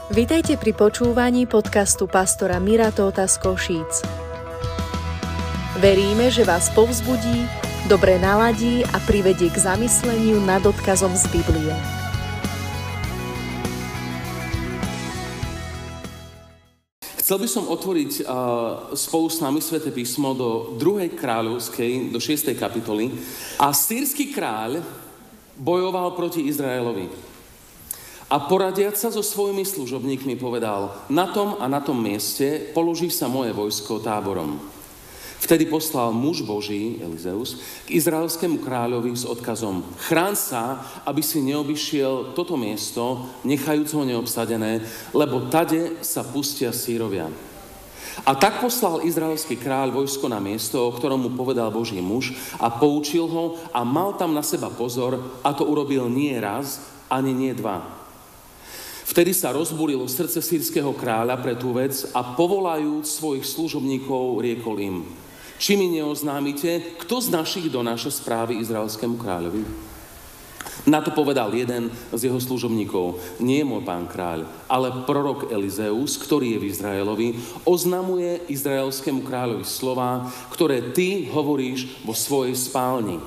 Vitajte pri počúvaní podcastu pastora Mira Tóta z Košíc. Veríme, že vás povzbudí, dobre naladí a privedie k zamysleniu nad odkazom z Biblie. Chcel by som otvoriť spolu s nami Sväté písmo do 2. kráľovskej, do 6. kapitoly. A sýrsky kráľ bojoval proti Izraelovi. A poradiac sa so svojimi služobníkmi povedal: na tom a na tom mieste položí sa moje vojsko táborom. Vtedy poslal muž Boží, Elizeus, k izraelskému kráľovi s odkazom: chráň sa, aby si neobyšiel toto miesto, nechajúc ho neobsadené, lebo tade sa pustia Sírovia. A tak poslal izraelský kráľ vojsko na miesto, o ktorom mu povedal Boží muž, a poučil ho a mal tam na seba pozor, a to urobil nie raz, ani nie dva. Vtedy sa rozburilo srdce sírskeho kráľa pre tú vec a povolajúc svojich služobníkov riekol im: či mi neoznámite, kto z našich donáša správy izraelskému kráľovi? Na to povedal jeden z jeho služobníkov: nie môj pán kráľ, ale prorok Elizeus, ktorý je v Izraelovi, oznamuje izraelskému kráľovi slová, ktoré ty hovoríš vo svojej spálni.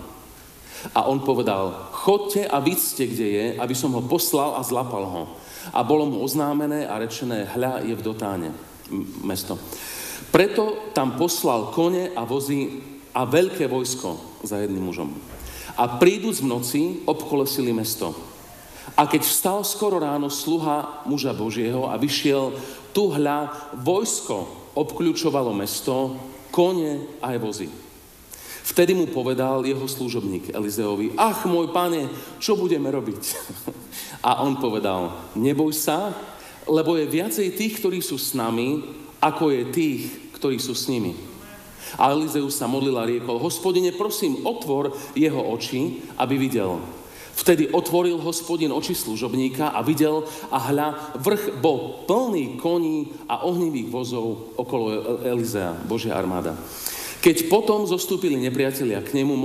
A on povedal: chodte a vidzte, kde je, aby som ho poslal a zlapal ho. A bolo mu oznámené a rečené: hľa, je v Dotáne, mesto. Preto tam poslal kone a vozy a veľké vojsko za jedným mužom. A príduc v noci obkolesili mesto. A keď vstal skoro ráno sluha muža Božieho a vyšiel, tu hľa, vojsko obkľúčovalo mesto, kone aj vozy. Vtedy mu povedal jeho služobník Elizeovi: ach, môj pane, čo budeme robiť? A on povedal: neboj sa, lebo je viacej tých, ktorí sú s nami, ako je tých, ktorí sú s nimi. A Elizeus sa modlil a riekol: Hospodine, prosím, otvor jeho oči, aby videl. Vtedy otvoril Hospodin oči služobníka a videl, a hľa, vrch bol plný koní a ohnivých vozov okolo Elizea, Božia armáda. Keď potom zostúpili nepriatelia k nemu,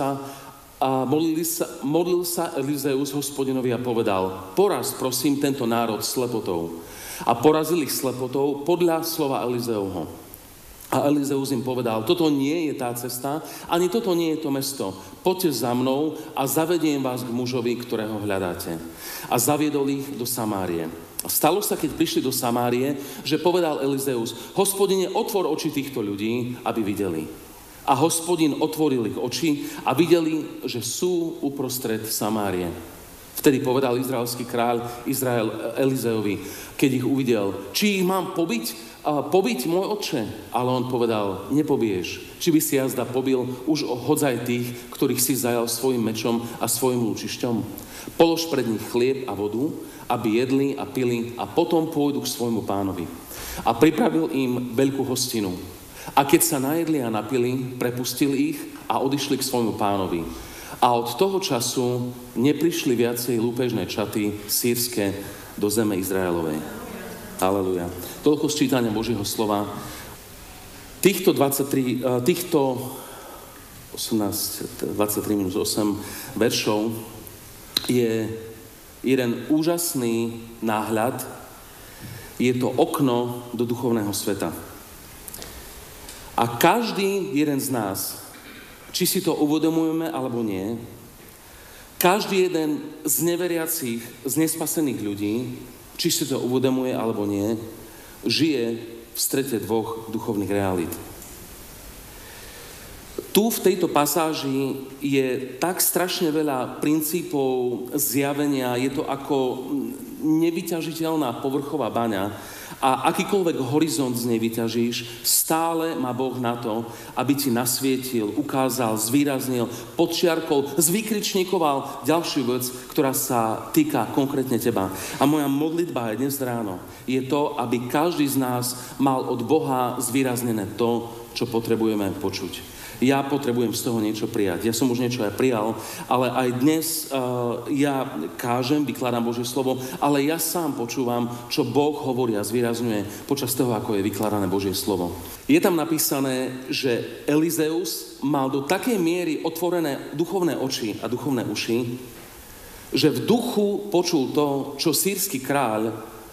modlil sa Elizeus Hospodinovi a povedal: poraz, prosím, tento národ slepotou. A porazil ich slepotou podľa slova Elizeovho. A Elizeus im povedal: toto nie je tá cesta, ani toto nie je to mesto. Poďte za mnou a zavediem vás k mužovi, ktorého hľadáte. A zaviedol ich do Samárie. A stalo sa, keď prišli do Samárie, že povedal Elizeus: Hospodine, otvor oči týchto ľudí, aby videli. A Hospodin otvoril ich oči a videli, že sú uprostred Samárie. Vtedy povedal izraelský kráľ Elizeovi, keď ich uvidel: či ich mám pobiť, môj otče? Ale on povedal: nepobiješ. Či by si jazda pobil už hodzaj tých, ktorých si zajal svojim mečom a svojim lúčišťom? Polož pred nich chlieb a vodu, aby jedli a pili, a potom pôjdu k svojmu pánovi. A pripravil im veľkú hostinu. A keď sa najedli a napili, prepustil ich a odišli k svojmu pánovi. A od toho času neprišli viacej lúpežné čaty sýrske do zeme Izraelovej. Halelujá. Toľko sčítania Božieho slova. Týchto 23 minus 8 veršov je jeden úžasný náhľad. Je to okno do duchovného sveta. A každý jeden z nás, či si to uvedomujeme alebo nie, každý jeden z neveriacich, z nespasených ľudí, či si to uvedomuje alebo nie, žije v strete dvoch duchovných realít. Tu v tejto pasáži je tak strašne veľa princípov zjavenia, je to ako nevyťažiteľná povrchová baňa, a akýkoľvek horizont z nej vyťažíš, stále má Boh na to, aby ti nasvietil, ukázal, zvýraznil, podčiarkol, zvykričníkoval ďalšiu vec, ktorá sa týka konkrétne teba. A moja modlitba aj dnes ráno je to, aby každý z nás mal od Boha zvýraznené to, čo potrebujeme počuť. Ja potrebujem z toho niečo prijať. Ja som už niečo aj prijal, ale aj dnes ja kážem, vykladám Božie slovo, ale ja sám počúvam, čo Boh hovorí a zvýrazňuje počas toho, ako je vykladané Božie slovo. Je tam napísané, že Elizeus mal do takej miery otvorené duchovné oči a duchovné uši, že v duchu počul to, čo sýrsky kráľ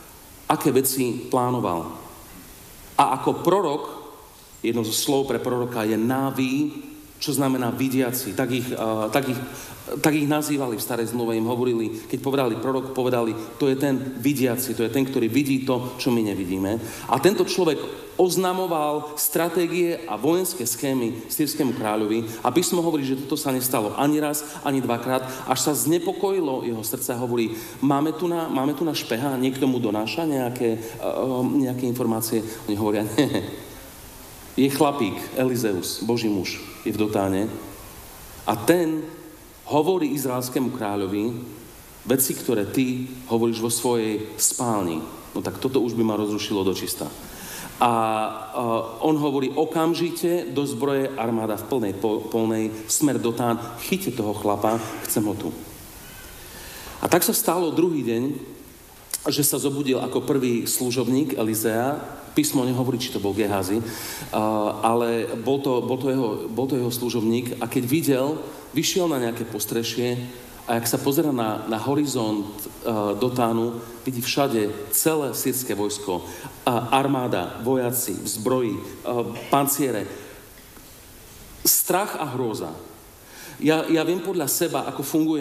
aké veci plánoval. A ako prorok, jedno zo slov pre proroka je náví, čo znamená vidiaci. Tak ich nazývali v starej zmluve, im hovorili, keď povedali prorok, povedali, to je ten vidiaci, to je ten, ktorý vidí to, čo my nevidíme. A tento človek oznamoval stratégie a vojenské schémy syrskému kráľovi a písmo hovorí, že toto sa nestalo ani raz, ani dvakrát, až sa znepokojilo jeho srdce a hovorí, máme tu na špeha, niekto mu donáša nejaké informácie. Oni hovoria, nie, je chlapík, Elizeus, Boží muž, je v Dotáne a ten hovorí izraelskému kráľovi veci, ktoré ty hovoríš vo svojej spálni. No tak toto už by ma rozrušilo dočista. A on hovorí, okamžite do zbroje armáda v plnej smer Dotán, chyťte toho chlapa, chcem ho tu. A tak sa stalo druhý deň, že sa zobudil ako prvý služobník Elizea. Písmo nehovorí, či to bol Gehazi, ale bol to jeho služobník a keď vyšiel na nejaké postrešie a ak sa pozerá na horizont Dotánu, vidí všade celé syrské vojsko, armáda, vojaci, v zbroji, panciere. Strach a hrôza. Ja viem podľa seba, ako funguje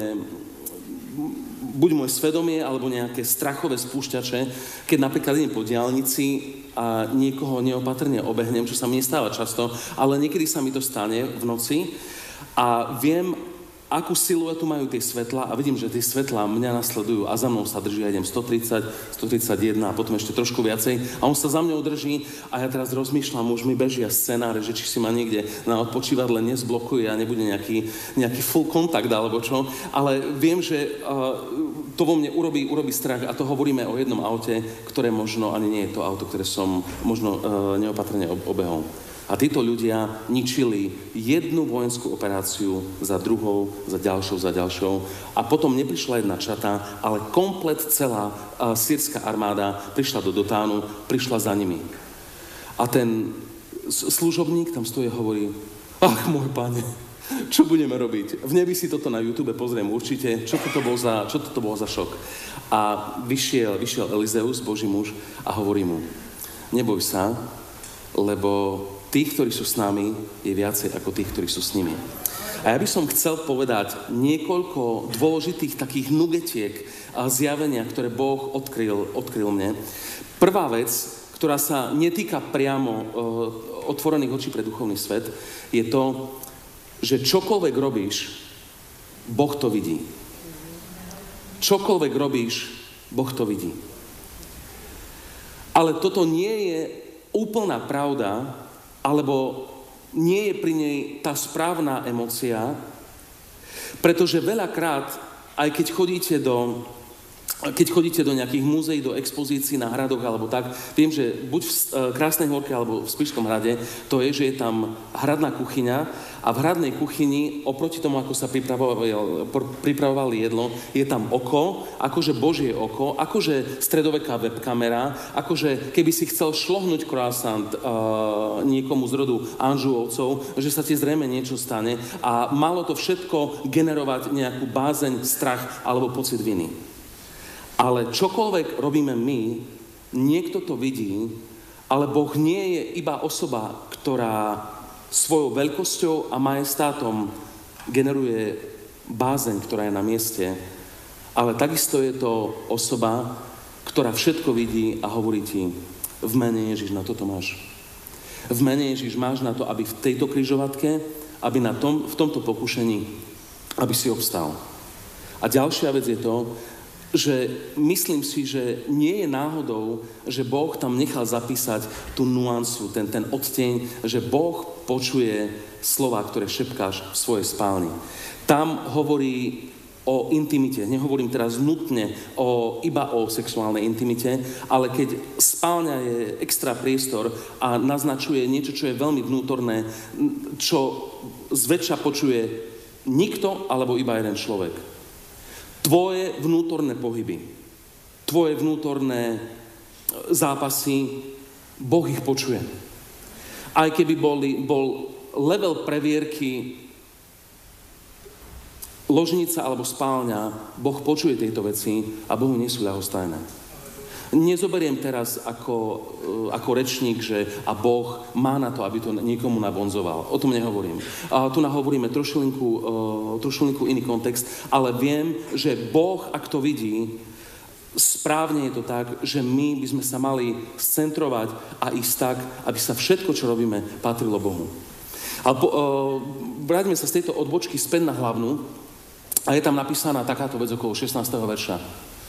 buď moje svedomie, alebo nejaké strachové spúšťače, keď napríklad idem po diaľnici a niekoho neopatrne obehnem, čo sa mi nestáva často, ale niekedy sa mi to stane v noci a viem, akú siluetu majú tie svetlá a vidím, že tie svetlá mňa nasledujú a za mnou sa drží, ja idem 130, 131 a potom ešte trošku viacej a on sa za mňou drží a ja teraz rozmýšľam, už mi bežia scenáre, že či si ma niekde na odpočívadle nezblokuje a nebude nejaký full kontakt alebo čo, ale viem, že to vo mne urobí strach a to hovoríme o jednom aute, ktoré možno ani nie je to auto, ktoré som možno neopatrne obehol. A títo ľudia ničili jednu vojenskú operáciu za druhou, za ďalšou. A potom neprišla jedna čata, ale komplet celá sýrska armáda prišla do Dotánu, prišla za nimi. A ten služobník tam stojí a hovorí, ach môj Pane, čo budeme robiť? V nebi si toto na YouTube pozriem určite, čo toto bol za šok. A vyšiel Elizeus, Boží muž, a hovorí mu, neboj sa, lebo tých, ktorí sú s nami, je viacej ako tých, ktorí sú s nimi. A ja by som chcel povedať niekoľko dôležitých takých nugetiek a zjavenia, ktoré Boh odkryl mne. Prvá vec, ktorá sa netýka priamo otvorených očí pre duchovný svet, je to, že čokoľvek robíš, Boh to vidí. Čokoľvek robíš, Boh to vidí. Ale toto nie je úplná pravda, alebo nie je pri nej tá správna emócia, pretože veľakrát, aj keď chodíte do nejakých múzeí, do expozícií na hradoch alebo tak, viem, že buď v Krásnej Horke alebo v Spišskom hrade, to je, že je tam hradná kuchyňa a v hradnej kuchyni, oproti tomu, ako sa pripravovali jedlo, je tam oko, akože Božie oko, akože stredoveká webkamera, akože keby si chcel šlohnúť croissant niekomu z rodu Anžuovcov, že sa ti zrejme niečo stane a malo to všetko generovať nejakú bázeň, strach alebo pocit viny. Ale čokoľvek robíme my, niekto to vidí, ale Boh nie je iba osoba, ktorá svojou veľkosťou a majestátom generuje bázeň, ktorá je na mieste, ale takisto je to osoba, ktorá všetko vidí a hovorí ti, v mene Ježiš, na toto máš. V mene Ježiš máš na to, aby v tejto križovatke, aby v tomto pokušení, aby si obstal. A ďalšia vec je to, že myslím si, že nie je náhodou, že Boh tam nechal zapísať tú nuansu, ten odtieň, že Boh počuje slová, ktoré šepkáš v svojej spálni. Tam hovorí o intimite. Nehovorím teraz nutne iba o sexuálnej intimite, ale keď spálňa je extra priestor a naznačuje niečo, čo je veľmi vnútorné, čo zväčša počuje nikto alebo iba jeden človek. Tvoje vnútorné pohyby, tvoje vnútorné zápasy, Boh ich počuje. Aj keby bol level previerky ložnica alebo spálňa, Boh počuje tieto veci a Bohu nie sú ľahostajné. Nezoberiem teraz ako rečník, že a Boh má na to, aby to niekomu nabonzoval. O tom nehovorím. Tu hovoríme trošilinku iný kontext, ale viem, že Boh, ak to vidí, správne je to tak, že my by sme sa mali scentrovať a ísť tak, aby sa všetko, čo robíme, patrilo Bohu. Ale vráťme sa z tejto odbočky späť na hlavnú a je tam napísaná takáto vec okolo 16. verša.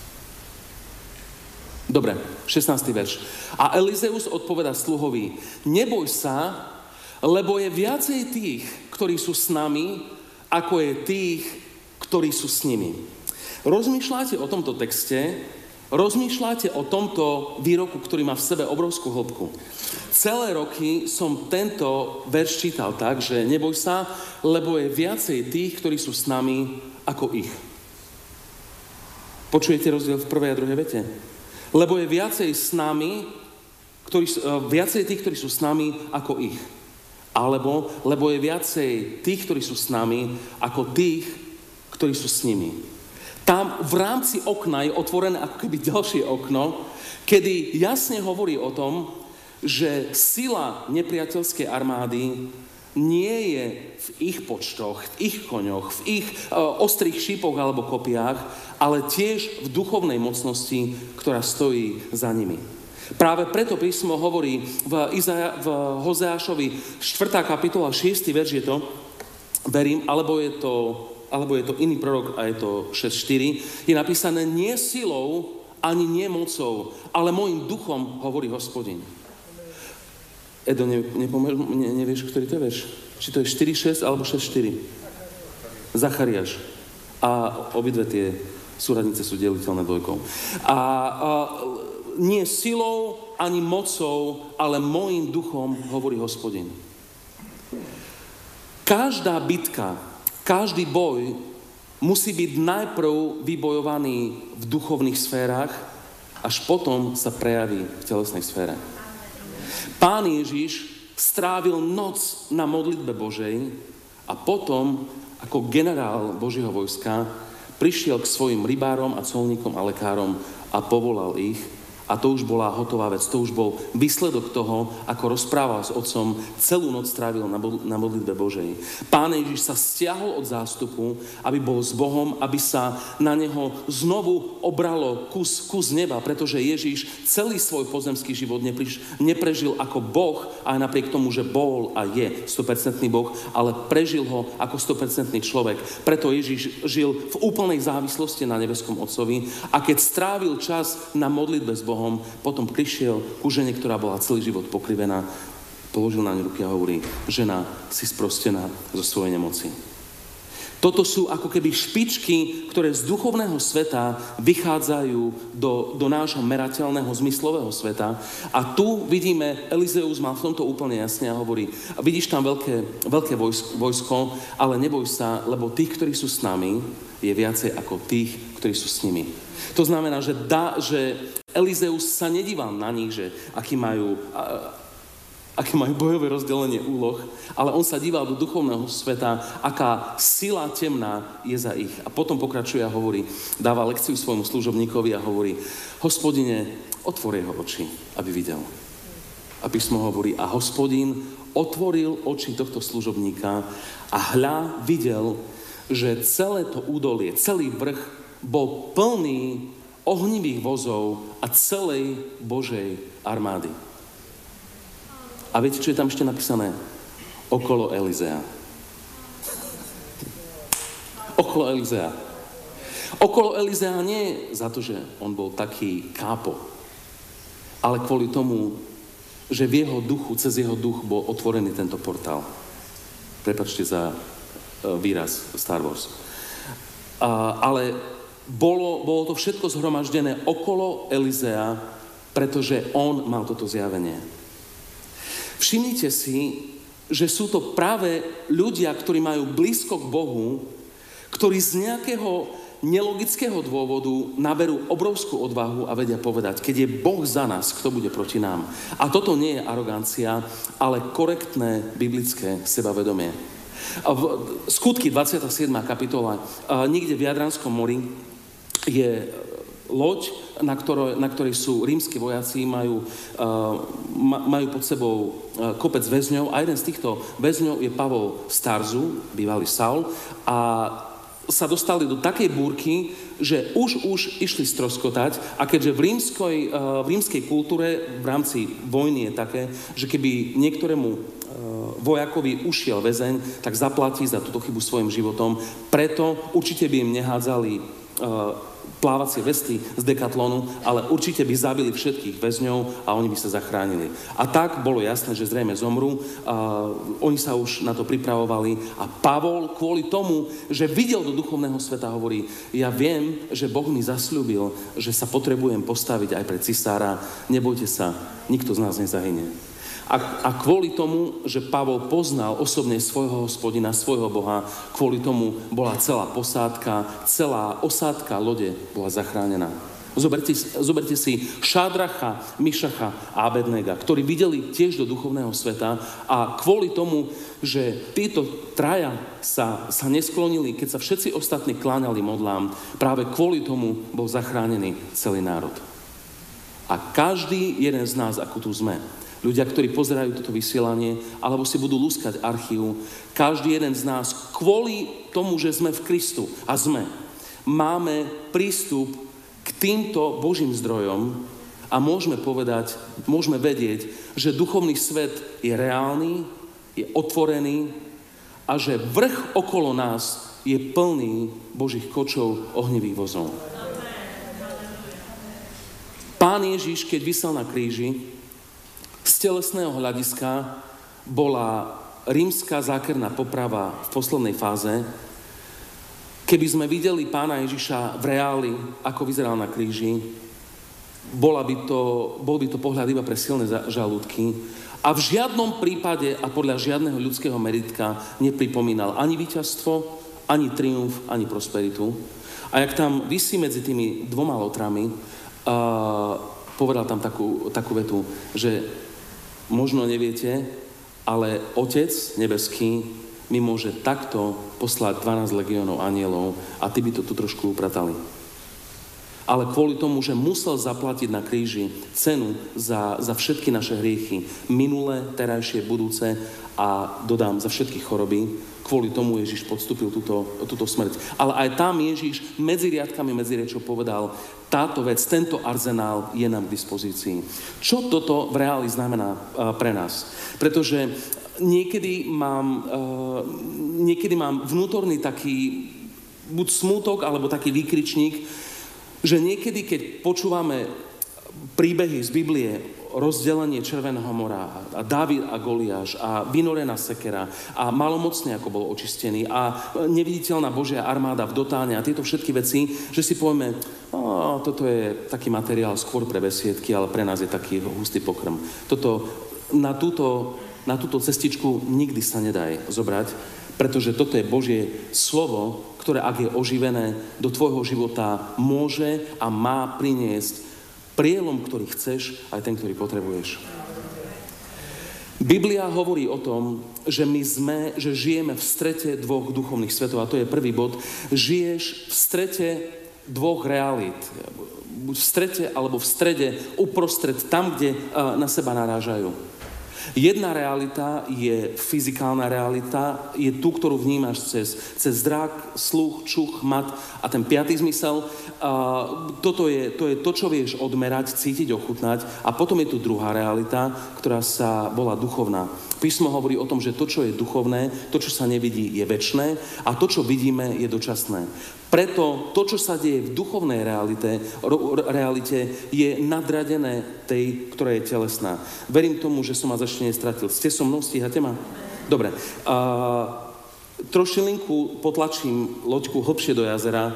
Dobre, 16. verš. A Elizeus odpoveda sluhovi, neboj sa, lebo je viacej tých, ktorí sú s nami, ako je tých, ktorí sú s nimi. Rozmýšľate o tomto texte, rozmýšľate o tomto výroku, ktorý má v sebe obrovskú hĺbku. Celé roky som tento verš čítal tak, že neboj sa, lebo je viacej tých, ktorí sú s nami, ako ich. Počujete rozdiel v prvej a druhej vete? Lebo je viacej s nami, viacej tých, ktorí sú s nami, ako ich. Alebo, lebo je viacej tých, ktorí sú s nami, ako tých, ktorí sú s nimi. Tam v rámci okna je otvorené ako keby ďalšie okno, kedy jasne hovorí o tom, že sila nepriateľskej armády nie je v ich počtoch, v ich koňoch, v ich ostrých šípoch alebo kopiách, ale tiež v duchovnej mocnosti, ktorá stojí za nimi. Práve preto písmo hovorí v Hozeášovi 4. kapitola 6. verš je to, verím, alebo je to iný prorok a je to 6.4, je napísané nie silou, ani nie mocou, ale môjim duchom, hovorí Hospodin. Edo, nevieš, ktorý to je verš? Či to je 4.6 alebo 6.4? Zachariáš. A obidve tie súradnice sú deliteľné dvojkou. A nie silou, ani mocou, ale môjim duchom, hovorí Hospodin. Každá bitka, každý boj musí byť najprv vybojovaný v duchovných sférach, až potom sa prejaví v telesnej sfére. Pán Ježiš strávil noc na modlitbe Božej a potom, ako generál Božieho vojska, prišiel k svojim rybárom a colníkom a lekárom a povolal ich. A to už bola hotová vec, to už bol výsledok toho, ako rozprával s otcom, celú noc strávil na modlitbe Božej. Pán Ježiš sa stiahol od zástupu, aby bol s Bohom, aby sa na neho znovu obralo kus neba, pretože Ježiš celý svoj pozemský život neprežil ako Boh, aj napriek tomu, že bol a je 100% Boh, ale prežil ho ako 100% človek. Preto Ježiš žil v úplnej závislosti na nebeskom Otcovi a keď strávil čas na modlitbe s Bohom, potom prišiel ku žene, ktorá bola celý život pokrivená, položil na ňu ruky a hovorí, žena, si sprostená zo svojej nemoci. Toto sú ako keby špičky, ktoré z duchovného sveta vychádzajú do nášho merateľného zmyslového sveta. A tu vidíme, Elizeus má v tomto úplne jasne a hovorí, a vidíš tam veľké vojsko, ale neboj sa, lebo tých, ktorí sú s nami, je viacej ako tých, ktorí sú s nimi. To znamená, že Elizeus sa nedíval na nich, že aké majú bojové rozdelenie úloh, ale on sa díval do duchovného sveta, aká sila temná je za ich. A potom pokračuje a hovorí, dáva lekciu svojmu služobníkovi a hovorí, Hospodine, otvor jeho oči, aby videl. A písmo hovorí, a Hospodin otvoril oči tohto služobníka a hľa videl, že celé to údolie, celý vrch bol plný ohnivých vozov a celej Božej armády. A viete, čo je tam ešte napísané? Okolo Elizea. Okolo Elizea. Okolo Elizea nie za to, že on bol taký kápo, ale kvôli tomu, že v jeho duchu, cez jeho duch bol otvorený tento portál. Prepáčte za výraz Star Wars. Ale bolo to všetko zhromaždené okolo Elizea, pretože on mal toto zjavenie. Všimnite si, že sú to práve ľudia, ktorí majú blízko k Bohu, ktorí z nejakého nelogického dôvodu naberú obrovskú odvahu a vedia povedať, keď je Boh za nás, kto bude proti nám. A toto nie je arogancia, ale korektné biblické sebavedomie. Skutky 27. kapitola, niekde v Jadranskom mori je loď, na ktorej sú rímski vojaci, majú pod sebou kopec väzňov a jeden z týchto väzňov je Pavol z Tarzu, bývalý Saul, a sa dostali do takej búrky, že už išli stroskotať, a keďže v rímskej kultúre v rámci vojny je také, že keby niektorému vojakovi ušiel väzeň, tak zaplatí za túto chybu svojim životom. Preto určite by im nehádzali plávacie vesty z Decathlonu, ale určite by zabili všetkých väzňov a oni by sa zachránili. A tak bolo jasné, že zrejme zomrú. Oni sa už na to pripravovali a Pavol kvôli tomu, že videl do duchovného sveta, hovorí: ja viem, že Boh mi zasľúbil, že sa potrebujem postaviť aj pre cisára. Nebojte sa, nikto z nás nezahynie. A kvôli tomu, že Pavol poznal osobne svojho Hospodina, svojho Boha, kvôli tomu bola celá posádka, celá osádka lode bola zachránená. Zoberte si Šádracha, Mišacha a Abednega, ktorí videli tiež do duchovného sveta, a kvôli tomu, že títo traja sa nesklonili, keď sa všetci ostatní kláňali modlám, práve kvôli tomu bol zachránený celý národ. A každý jeden z nás, ako tu sme, ľudia, ktorí pozerajú toto vysielanie, alebo si budú lúskať archív, každý jeden z nás, kvôli tomu, že sme v Kristu a máme prístup k týmto Božím zdrojom a môžeme vedieť, že duchovný svet je reálny, je otvorený a že vrch okolo nás je plný Božích kočov ohnivých vozov. Pán Ježiš, keď visel na kríži, z telesného hľadiska bola rímska zákerná poprava v poslednej fáze. Keby sme videli Pána Ježiša v reáli, ako vyzeral na kríži, bol by to pohľad iba pre silné žalúdky a v žiadnom prípade a podľa žiadneho ľudského meritka nepripomínal ani víťazstvo, ani triumf, ani prosperitu. A jak tam visí medzi tými dvoma lotrami, povedal tam takú vetu, že možno neviete, ale Otec nebeský mi môže takto poslať 12 legiónov anielov a ty by to tu trošku upratali. Ale kvôli tomu, že musel zaplatiť na kríži cenu za všetky naše hriechy, minulé, terajšie, budúce a dodám za všetky choroby, kvôli tomu Ježiš podstúpil túto smrť. Ale aj tam Ježiš medzi riadkami, medzi rečou povedal: táto vec, tento arzenál je nám k dispozícii. Čo toto v reáli znamená pre nás? Pretože niekedy mám vnútorný taký buď smútok, alebo taký výkričník, že niekedy, keď počúvame príbehy z Biblie, rozdelenie Červeného mora a Dávid a Goliáš a vynorená sekera a malomocný, ako bol očistený, a neviditeľná Božia armáda v Dotáne a tieto všetky veci, že si povieme: toto je taký materiál skôr pre besiedky, ale pre nás je taký hustý pokrm. Na túto cestičku nikdy sa nedá zobrať, pretože toto je Božie slovo, ktoré, ak je oživené, do tvojho života môže a má priniesť prielom, ktorý chceš, aj ten, ktorý potrebuješ. Biblia hovorí o tom, že že žijeme v strete dvoch duchovných svetov, a to je prvý bod. Žiješ v strete dvoch realít. Buď v strete, alebo v strede, uprostred, tam, kde na seba narážajú. Jedna realita je fyzikálna realita, je tú, ktorú vnímaš cez zrak, sluch, čuch, mat a ten piatý zmysel. To je to, čo vieš odmerať, cítiť, ochutnať. A potom je tu druhá realita, ktorá sa volá duchovná. Písmo hovorí o tom, že to, čo je duchovné, to, čo sa nevidí, je večné a to, čo vidíme, je dočasné. Preto to, čo sa deje v duchovnej realite, je nadradené tej, ktorá je telesná. Verím tomu, že som vás ešte nestratil. Ste so mnou? Stíhate ma? Dobre. Trošilinku potlačím loďku hlbšie do jazera.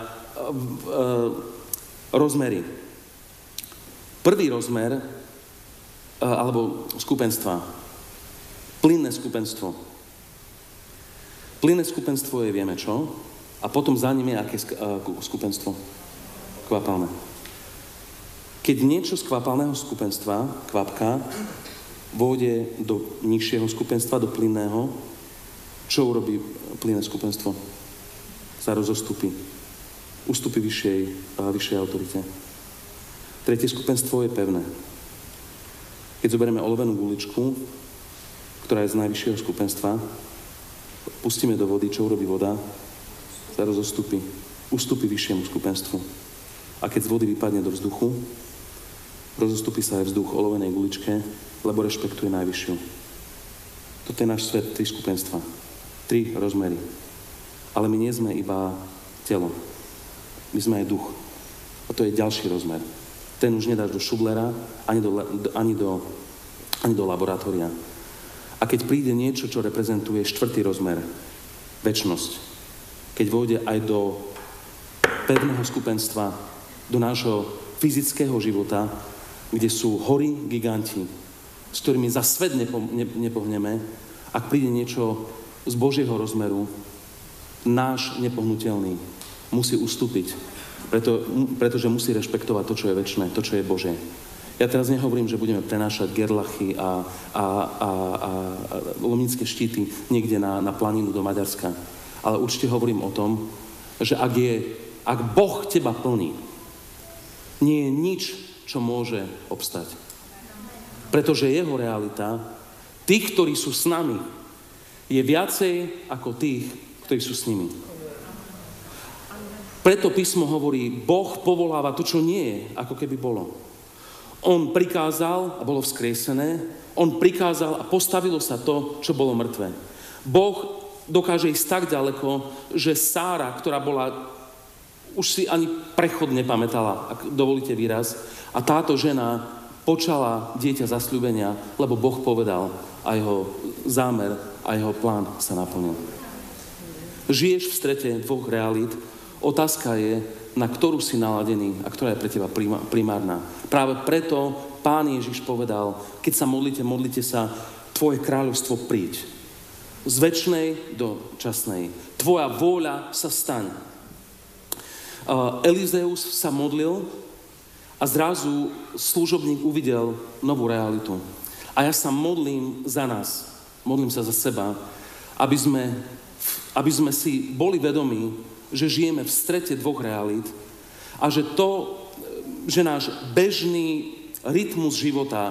Rozmery. Prvý rozmer, alebo skupenstva. Plynné skupenstvo. Plynné skupenstvo je, vieme čo? A potom za ním je aké skupenstvo? Kvapalné. Keď niečo z kvapalného skupenstva, kvapka, vôjde do nižšieho skupenstva, do plynného, čo urobí plynné skupenstvo? Sa rozostupí. Ustúpi vyššej autorite. Tretie skupenstvo je pevné. Keď zoberieme olovenú guličku, ktorá je z najvyššieho skupenstva, pustíme do vody, čo urobí voda? Sa rozostupí. Ustúpi vyššiemu skupenstvu. A keď z vody vypadne do vzduchu, rozostupí sa aj vzduch olovenej guličke, lebo rešpektuje najvyššiu. Toto je náš svet, 3 skupenstva. 3 rozmery. Ale my nie sme iba telo. My sme aj duch. A to je ďalší rozmer. Ten už nedáš do šublera, ani do laboratória. A keď príde niečo, čo reprezentuje 4. rozmer, večnosť, keď vôjde aj do pevného skupenstva, do nášho fyzického života, kde sú hory, giganti, s ktorými za svet nepohneme, ak príde niečo z Božieho rozmeru, náš nepohnutelný musí ustúpiť, pretože musí rešpektovať to, čo je večné, to, čo je Božie. Ja teraz nehovorím, že budeme prenášať gerlachy a lomnické štíty niekde na planinu do Maďarska. Ale určite hovorím o tom, že ak Boh teba plní, nie je nič, čo môže obstať. Pretože jeho realita, tých, ktorí sú s nami, je viacej ako tých, ktorí sú s nimi. Preto písmo hovorí, Boh povoláva to, čo nie je, ako keby bolo. On prikázal a bolo vzkriesené, on prikázal a postavilo sa to, čo bolo mŕtve. Boh dokáže ísť tak ďaleko, že Sára, ktorá bola, už si ani prechod nepamätala, ak dovolíte výraz, a táto žena počala dieťa zasľúbenia, lebo Boh povedal a jeho zámer a jeho plán sa naplnil. Žiješ v strete 2 realít. Otázka je, na ktorú si naladený a ktorá je pre teba primárna. Práve preto Pán Ježiš povedal, keď sa modlite sa, tvoje kráľovstvo príď. Z večnej do časnej. Tvoja vôľa sa staň. Elizeus sa modlil a zrazu služobník uvidel novú realitu. A ja sa modlím za nás, modlím sa za seba, aby sme si boli vedomí, že žijeme v strete 2 realít a že náš bežný rytmus života,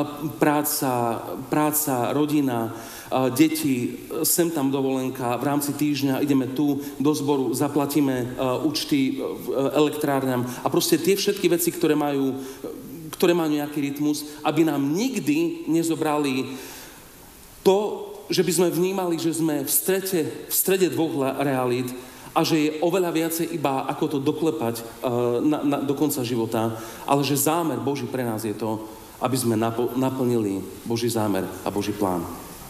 práca, rodina, deti, sem tam dovolenka, v rámci týždňa ideme tu do zboru, zaplatíme účty elektrárňam a proste tie všetky veci, ktoré majú nejaký rytmus, aby nám nikdy nezobrali to, že by sme vnímali, že sme v strede 2 realít a že je oveľa viacej iba ako to doklepať do konca života, ale že zámer Boží pre nás je to, aby sme naplnili Boží zámer a Boží plán.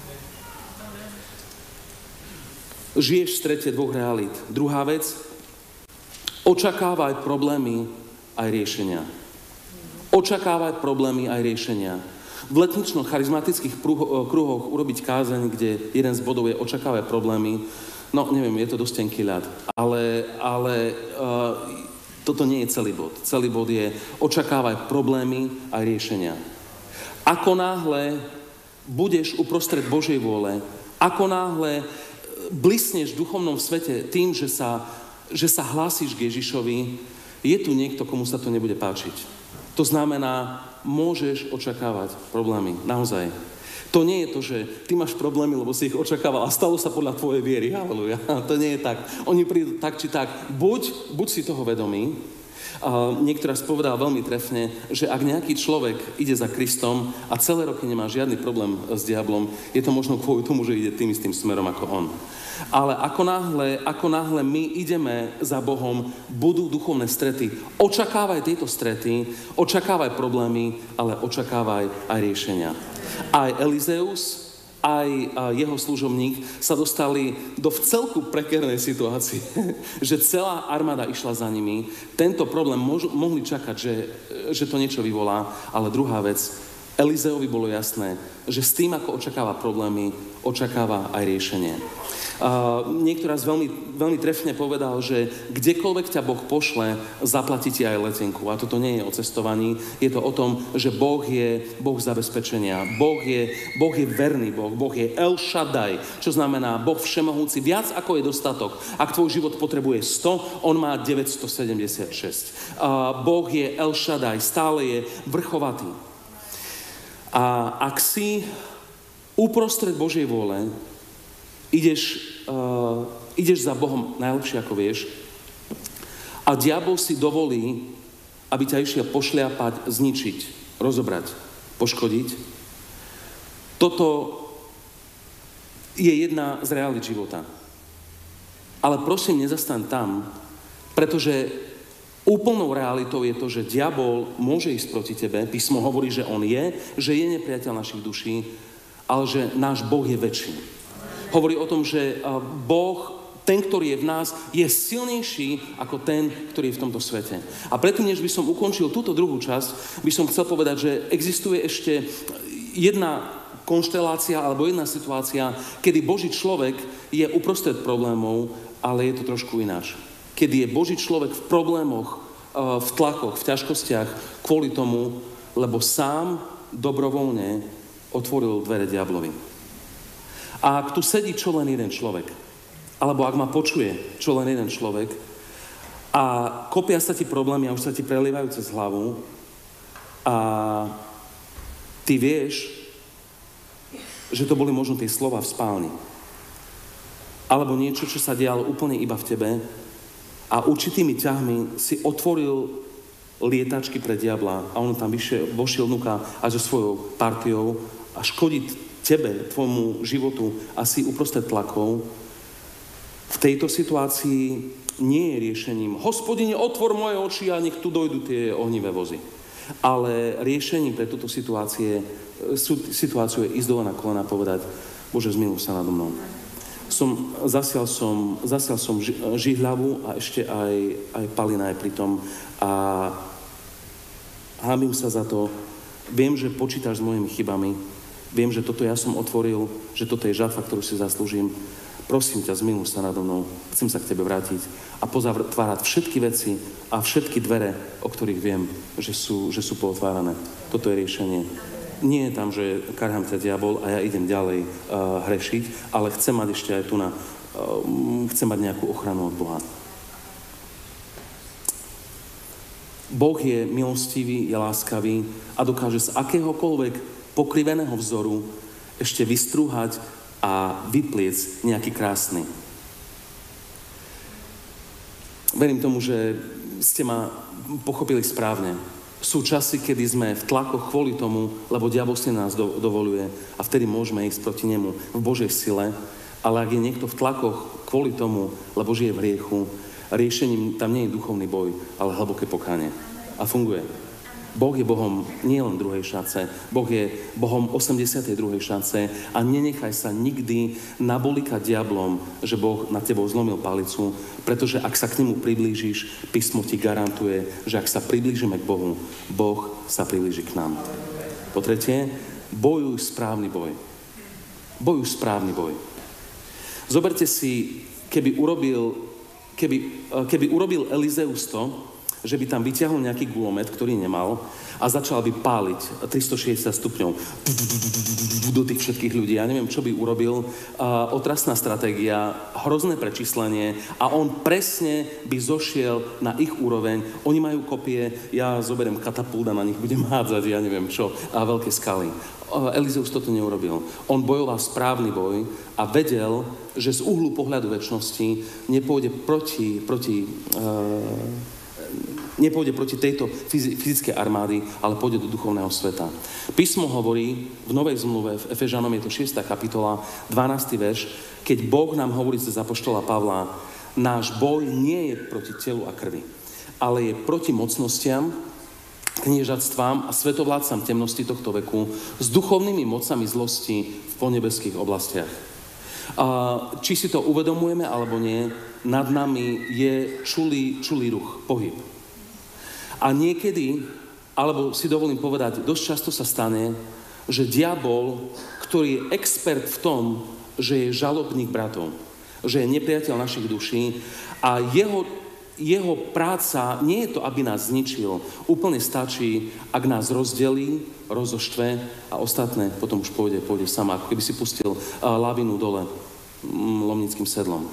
Žiješ v strete 2 realít. Druhá vec, očakávaj problémy aj riešenia. Očakávaj problémy aj riešenia. V letnično-charizmatických kruhoch urobiť kázeň, kde jeden z bodov je očakávaj problémy, no, neviem, je to dosť tenký ľad, ale toto nie je celý bod. Celý bod je očakávaj problémy a riešenia. Ako náhle budeš uprostred Božej vôle, ako náhle blisneš v duchovnom svete tým, že sa hlásíš k Ježišovi, je tu niekto, komu sa to nebude páčiť. To znamená, môžeš očakávať problémy. Naozaj. To nie je to, že ty máš problémy, lebo si ich očakával a stalo sa podľa tvojej viery. Haleluja. To nie je tak. Oni prídu tak či tak. Buď si toho vedomý. Niekto raz povedal veľmi trefne, že ak nejaký človek ide za Kristom a celé roky nemá žiadny problém s diablom, je to možno kvôli tomu, že ide tým istým smerom ako on. Ale ako náhle my ideme za Bohom, budú duchovné strety. Očakávaj tieto strety, očakávaj problémy, ale očakávaj aj riešenia. Aj Elizeus, aj jeho služobník sa dostali do vcelku prekérnej situácie, že celá armáda išla za nimi. Tento problém mohli čakať, že to niečo vyvolá, ale druhá vec, Elizeovi bolo jasné, že s tým, ako očakáva problémy, očakáva aj riešenie. Niekto raz veľmi trefne povedal, že kdekoľvek ťa Boh pošle, zaplatí ti aj letenku. A toto nie je o cestovaní, je to o tom, že Boh je Boh zabezpečenia. Boh je verný Boh. Boh je El Shaddai, čo znamená Boh všemohúci. Viac ako je dostatok. Ak tvoj život potrebuje 100, on má 976. Boh je El Shaddai, stále je vrchovatý. A ak si uprostred Božej vôle, ideš za Bohom najlepšie, ako vieš, a diabol si dovolí, aby ťa išiel pošliapať, zničiť, rozobrať, poškodiť. Toto je jedna z realít života. Ale prosím, nezastaň tam, pretože úplnou realitou je to, že diabol môže ísť proti tebe. Písmo hovorí, že on že je nepriateľ našich duší, ale že náš Boh je väčší. Hovorí o tom, že Boh, ten, ktorý je v nás, je silnejší ako ten, ktorý je v tomto svete. A preto, než by som ukončil túto druhú časť, by som chcel povedať, že existuje ešte jedna konštelácia alebo jedna situácia, kedy Boží človek je uprostred problémov, ale je to trošku ináč. Kedy je Boží človek v problémoch, v tlakoch, v ťažkostiach kvôli tomu, lebo sám dobrovoľne otvoril dvere diablovi. A ak tu sedí čo len jeden človek, alebo ak ma počuje čo len jeden človek a kopia sa ti problémy a už sa ti prelievajú cez hlavu a ty vieš, že to boli možno tie slova v spálni. Alebo niečo, čo sa dialo úplne iba v tebe a určitými ťahmi si otvoril lietačky pre diabla a on tam vošiel vnúka aj so svojou partiou a škodí tebe, tvojmu životu a si uprostred tlakov. V tejto situácii nie je riešením Hospodine, otvor moje oči a nech tu dojdu tie ohnivé vozy. Ale riešením pre túto situáciu je ísť dole na kolena a povedať: Bože, zmiluj sa nado mnou. Zasial som žihľavu a ešte aj palina je pri tom a hanbím sa za to. Viem, že počítaš s mojimi chybami. Viem, že toto ja som otvoril, že toto je žatva, ktorú si zaslúžim. Prosím ťa, zmiluj sa nado mnou. Chcem sa k tebe vrátiť a pozatvárať všetky veci a všetky dvere, o ktorých viem, že sú pootvárané. Toto je riešenie. Nie je tam, že karhám ťa diabol a ja idem ďalej hrešiť, ale chcem mať ešte aj chcem mať nejakú ochranu od Boha. Boh je milostivý, je láskavý a dokáže z akéhokoľvek pokriveného vzoru ešte vystrúhať a vypliec nejaký krásny. Verím tomu, že ste ma pochopili správne. Sú časy, kedy sme v tlakoch kvôli tomu, lebo diabol si nás dovoluje a vtedy môžeme ísť proti nemu v Božej sile, ale ak je niekto v tlakoch kvôli tomu, lebo žije v hriechu, riešením tam nie je duchovný boj, ale hlboké pokánie. A funguje. Boh je Bohom nie len druhej šance, Boh je Bohom 82. šance a nenechaj sa nikdy nabolikať diablom, že Boh na tebou zlomil palicu, pretože ak sa k nemu priblížiš, písmo ti garantuje, že ak sa priblížime k Bohu, Boh sa priblíži k nám. Po tretie, bojuj správny boj. Bojuj správny boj. Zoberte si, keby urobil Elizeus to, že by tam vyťahol nejaký gulomet, ktorý nemal a začal by páliť 360 stupňov do tých všetkých ľudí. Ja neviem, čo by urobil. Otrasná stratégia, hrozné prečíslenie a on presne by zošiel na ich úroveň. Oni majú kopie, ja zoberiem katapult a na nich budem hádzať, ja neviem čo, a veľké skaly. Elizeus toto neurobil. On bojoval správny boj a vedel, že z uhlu pohľadu večnosti nepôjde proti tejto fyzickej armády, ale pôjde do duchovného sveta. Písmo hovorí v Novej zmluve, v Efežanom je to 6. kapitola, 12. verš, keď Boh nám hovorí cez apoštola Pavla, náš boj nie je proti telu a krvi, ale je proti mocnostiam, kniežatstvám a svetovládcam temnosti tohto veku s duchovnými mocami zlosti v ponebeských oblastiach. Či si to uvedomujeme alebo nie, nad nami je čulý ruch, pohyb. A niekedy, alebo si dovolím povedať, dosť často sa stane, že diabol, ktorý je expert v tom, že je žalobník bratov, že je nepriateľ našich duší a jeho práca nie je to, aby nás zničil. Úplne stačí, ak nás rozdelí, rozoštve a ostatné potom už pôjde sama, ako keby si pustil lavinu dole lomnickým sedlom.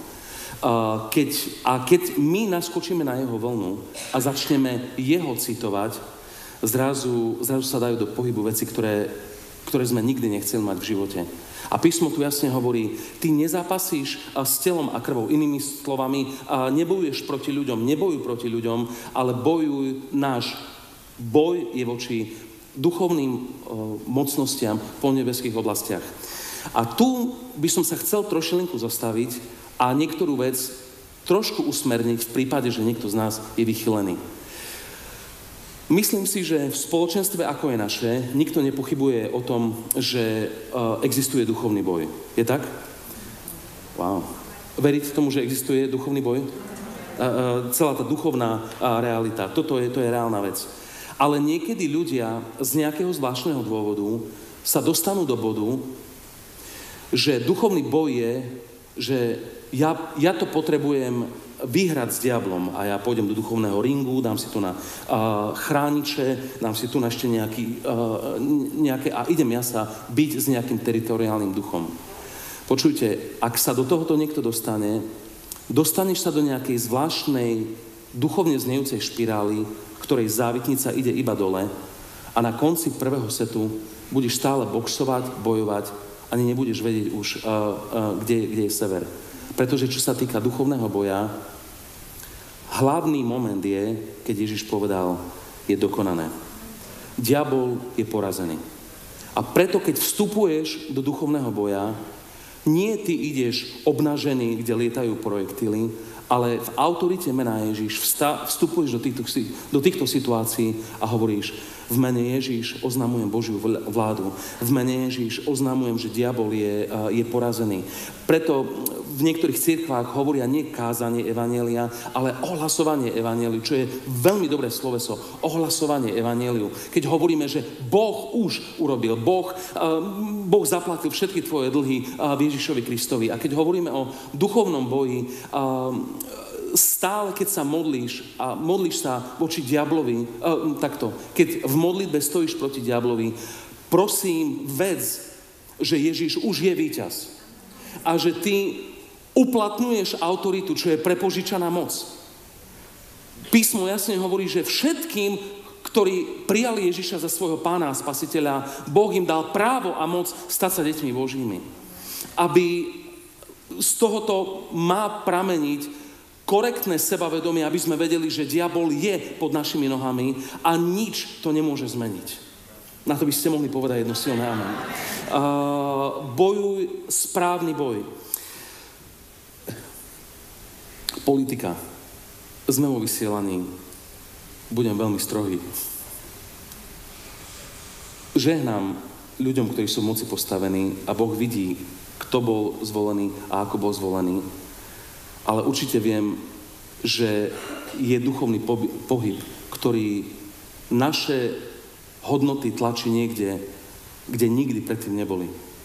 Keď my naskočíme na jeho vlnu a začneme jeho citovať, zrazu sa dajú do pohybu veci, ktoré sme nikdy nechceli mať v živote. A písmo tu jasne hovorí, ty nezápasíš s telom a krvou. Inými slovami, nebojuješ proti ľuďom, nebojuj proti ľuďom, ale bojuj náš boj je voči duchovným mocnostiam v nebeských oblastiach. A tu by som sa chcel trošilinku zastaviť a niektorú vec trošku usmerniť v prípade, že niekto z nás je vychylený. Myslím si, že v spoločenstve, ako je naše, nikto nepochybuje o tom, že existuje duchovný boj. Je tak? Wow. Veríte tomu, že existuje duchovný boj? Celá tá duchovná realita. To je reálna vec. Ale niekedy ľudia z nejakého zvláštneho dôvodu sa dostanú do bodu, že duchovný boj je, že ja to potrebujem vyhrať s diablom a ja pôjdem do duchovného ringu, dám si tu na chrániče, dám si tu na ešte nejaké a idem ja sa byť s nejakým teritoriálnym duchom. Počujte, ak sa do tohoto niekto dostaneš sa do nejakej zvláštnej duchovne znejúcej špirály, ktorej závitnica ide iba dole a na konci prvého setu budeš stále boxovať, bojovať, ani nebudeš vedieť už, kde je sever. Pretože čo sa týka duchovného boja, hlavný moment je, keď Ježiš povedal, je dokonané. Diabol je porazený. A preto, keď vstupuješ do duchovného boja, nie ty ideš obnažený, kde lietajú projektily, ale v autorite mena Ježiš vstupuješ do týchto situácií a hovoríš, v mene Ježiš oznamujem Božiu vládu. V mene Ježiš oznamujem, že diabol je porazený. Preto v niektorých cirkvách hovoria nie kázanie evanjelia, ale ohlasovanie evanjeliu, čo je veľmi dobré sloveso. Ohlasovanie evanjeliu. Keď hovoríme, že Boh už urobil, Boh zaplatil všetky tvoje dlhy v Ježišovi Kristovi. A keď hovoríme o duchovnom boji, stále, keď sa modlíš a modlíš sa voči diablovi, takto, keď v modlitbe stojíš proti diablovi, prosím, vedz, že Ježiš už je víťaz. A že ty uplatňuješ autoritu, čo je prepožičaná moc. Písmo jasne hovorí, že všetkým, ktorí prijali Ježiša za svojho pána a spasiteľa, Boh im dal právo a moc stať sa deťmi Božími. Aby z tohoto má prameniť korektné sebavedomie, aby sme vedeli, že diabol je pod našimi nohami a nič to nemôže zmeniť. Na to by ste mohli povedať jedno silné amen. Bojuj správny boj. Politika. Sme vo vysielaní. Budem veľmi strohý. Žehnám ľuďom, ktorí sú v moci postavení a Boh vidí, kto bol zvolený a ako bol zvolený. Ale určite viem, že je duchovný pohyb, ktorý naše hodnoty tlačí niekde, kde nikdy predtým neboli.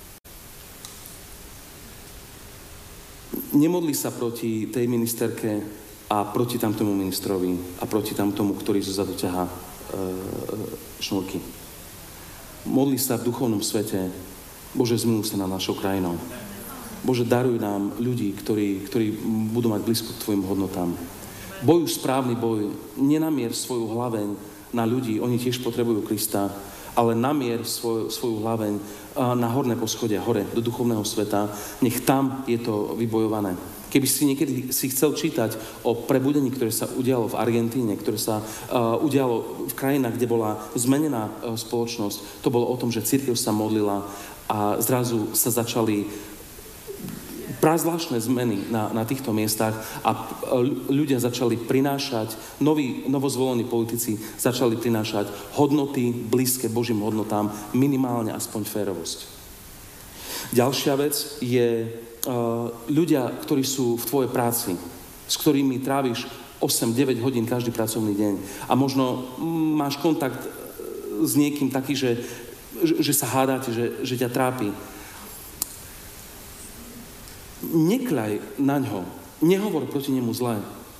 Nemodli sa proti tej ministerke a proti tamtomu ministrovi a proti tamtomu, ktorý zozadu ťahá šnúrky. Modli sa v duchovnom svete, Bože, zmiluj sa nad našou krajinou. Bože, daruj nám ľudí, ktorí budú mať blízko k tvojim hodnotám. Bojuj správny boj, nenamier svoju hlaveň na ľudí, oni tiež potrebujú Krista, ale namier svoju hlaveň na horné poschodia, hore, do duchovného sveta, nech tam je to vybojované. Keby si niekedy chcel čítať o prebudení, ktoré sa udialo v Argentíne, ktoré sa udialo v krajinách, kde bola zmenená spoločnosť, to bolo o tom, že cirkev sa modlila a zrazu sa začali prazvláštne zmeny na týchto miestach a ľudia začali prinášať, novozvolení politici začali prinášať hodnoty blízke Božím hodnotám, minimálne aspoň férovosť. Ďalšia vec je ľudia, ktorí sú v tvojej práci, s ktorými tráviš 8-9 hodín každý pracovný deň a možno máš kontakt s niekým taký, že sa hádate, že ťa trápi. nekľaj na ňo, nehovor proti nemu zlé.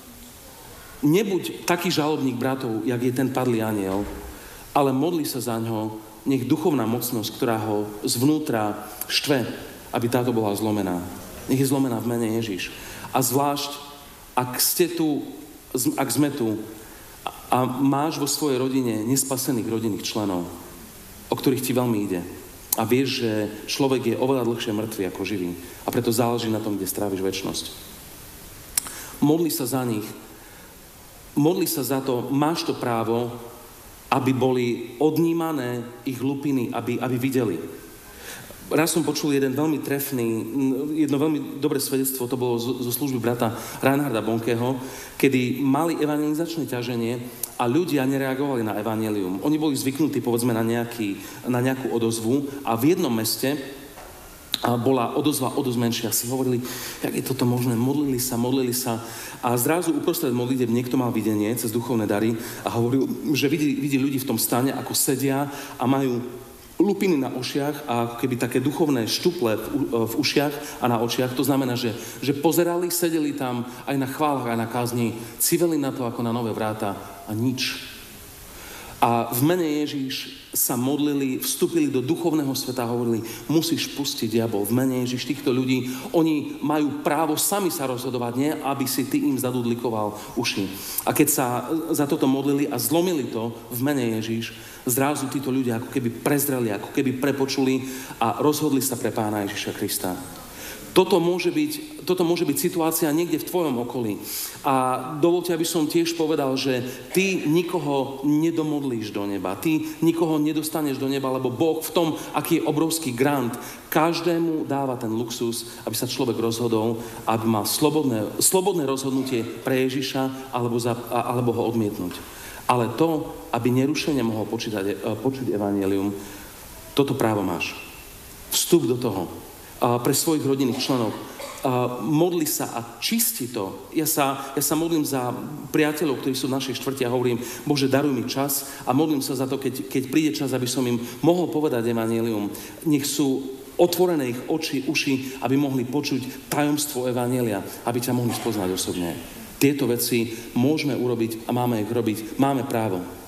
Nebuď taký žalobník bratov, jak je ten padlý anjel, ale modli sa za ňo, nech duchovná mocnosť, ktorá ho zvnútra štve, aby táto bola zlomená. Nech je zlomená v mene Ježiš. A zvlášť, ak sme tu a máš vo svojej rodine nespasených rodinných členov, o ktorých ti veľmi ide. A vieš, že človek je oveľa dlhšie mŕtvy ako živý. A preto záleží na tom, kde stráviš večnosť. Modli sa za nich. Modli sa za to, máš to právo, aby boli odnímané ich lupiny, aby videli. Raz som počul jedno veľmi dobré svedectvo, to bolo zo služby brata Reinharda Bonkeho, kedy mali evangelizačné ťaženie a ľudia nereagovali na evanjelium. Oni boli zvyknutí, povedzme, na nejakú odozvu a v jednom meste bola odozva o dosť menšia. Si hovorili, jak je toto možné, modlili sa a zrazu uprostred modlitev niekto mal videnie cez duchovné dary a hovoril, že vidí ľudí v tom stane, ako sedia a majú lupiny na očiach a ako keby také duchovné štuple v ušiach a na očiach. To znamená, že pozerali, sedeli tam aj na chválach, aj na kázni, civeli na to ako na nové vráta a nič. A v mene Ježíš sa modlili, vstúpili do duchovného sveta a hovorili, musíš pustiť diabol. V mene Ježíš týchto ľudí, oni majú právo sami sa rozhodovať, nie aby si ty im zadudlikoval uši. A keď sa za toto modlili a zlomili to v mene Ježíš, zrazu títo ľudia ako keby prezreli, ako keby prepočuli a rozhodli sa pre Pána Ježíša Krista. Toto môže byť situácia niekde v tvojom okolí. A dovoľte, aby som tiež povedal, že ty nikoho nedomodlíš do neba. Ty nikoho nedostaneš do neba, lebo Boh v tom, aký je obrovský grant, každému dáva ten luxus, aby sa človek rozhodol, aby mal slobodné rozhodnutie pre Ježiša alebo ho odmietnúť. Ale to, aby nerušene mohol počuť evanjelium, toto právo máš. Vstup do toho. Pre svojich rodinných členov. Modli sa a čisti to. Ja sa modlím za priateľov, ktorí sú v našej štvrti a hovorím, Bože, daruj mi čas a modlím sa za to, keď príde čas, aby som im mohol povedať evanjelium. Nech sú otvorené ich uši, aby mohli počuť tajomstvo evanjelia, aby ťa mohli spoznať osobne. Tieto veci môžeme urobiť a máme ich robiť. Máme právo.